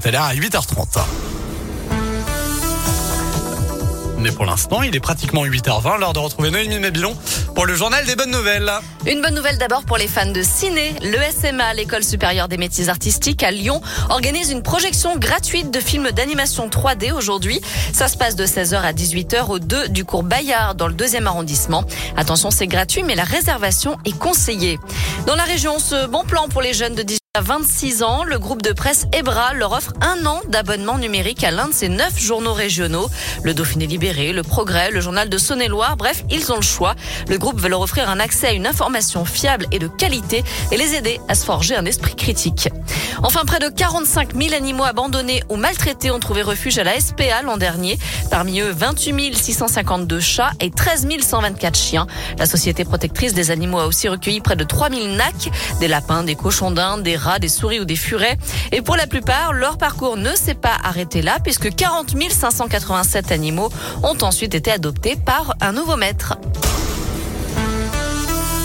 à l'heure à 8h30. Mais pour l'instant, il est pratiquement 8h20, l'heure de retrouver Noémie Mabilon pour le journal des bonnes nouvelles. Une bonne nouvelle d'abord pour les fans de ciné. Le SMA, l'École supérieure des métiers artistiques à Lyon, organise une projection gratuite de films d'animation 3D aujourd'hui. Ça se passe de 16h à 18h au 2 du cours Bayard dans le 2e arrondissement. Attention, c'est gratuit, mais la réservation est conseillée. Dans la région, ce bon plan pour les jeunes de 18 à 26 ans, le groupe de presse Ebra leur offre 1 an d'abonnement numérique à l'un de ses 9 journaux régionaux. Le Dauphiné Libéré, le Progrès, le journal de Saône-et-Loire, bref, ils ont le choix. Le groupe veut leur offrir un accès à une information fiable et de qualité et les aider à se forger un esprit critique. Enfin, près de 45 000 animaux abandonnés ou maltraités ont trouvé refuge à la SPA l'an dernier. Parmi eux, 28 652 chats et 13 124 chiens. La Société protectrice des animaux a aussi recueilli près de 3 000 nacs, des lapins, des cochons d'Inde, des rats, des souris ou des furets. Et pour la plupart, leur parcours ne s'est pas arrêté là puisque 40 587 animaux ont ensuite été adoptés par un nouveau maître.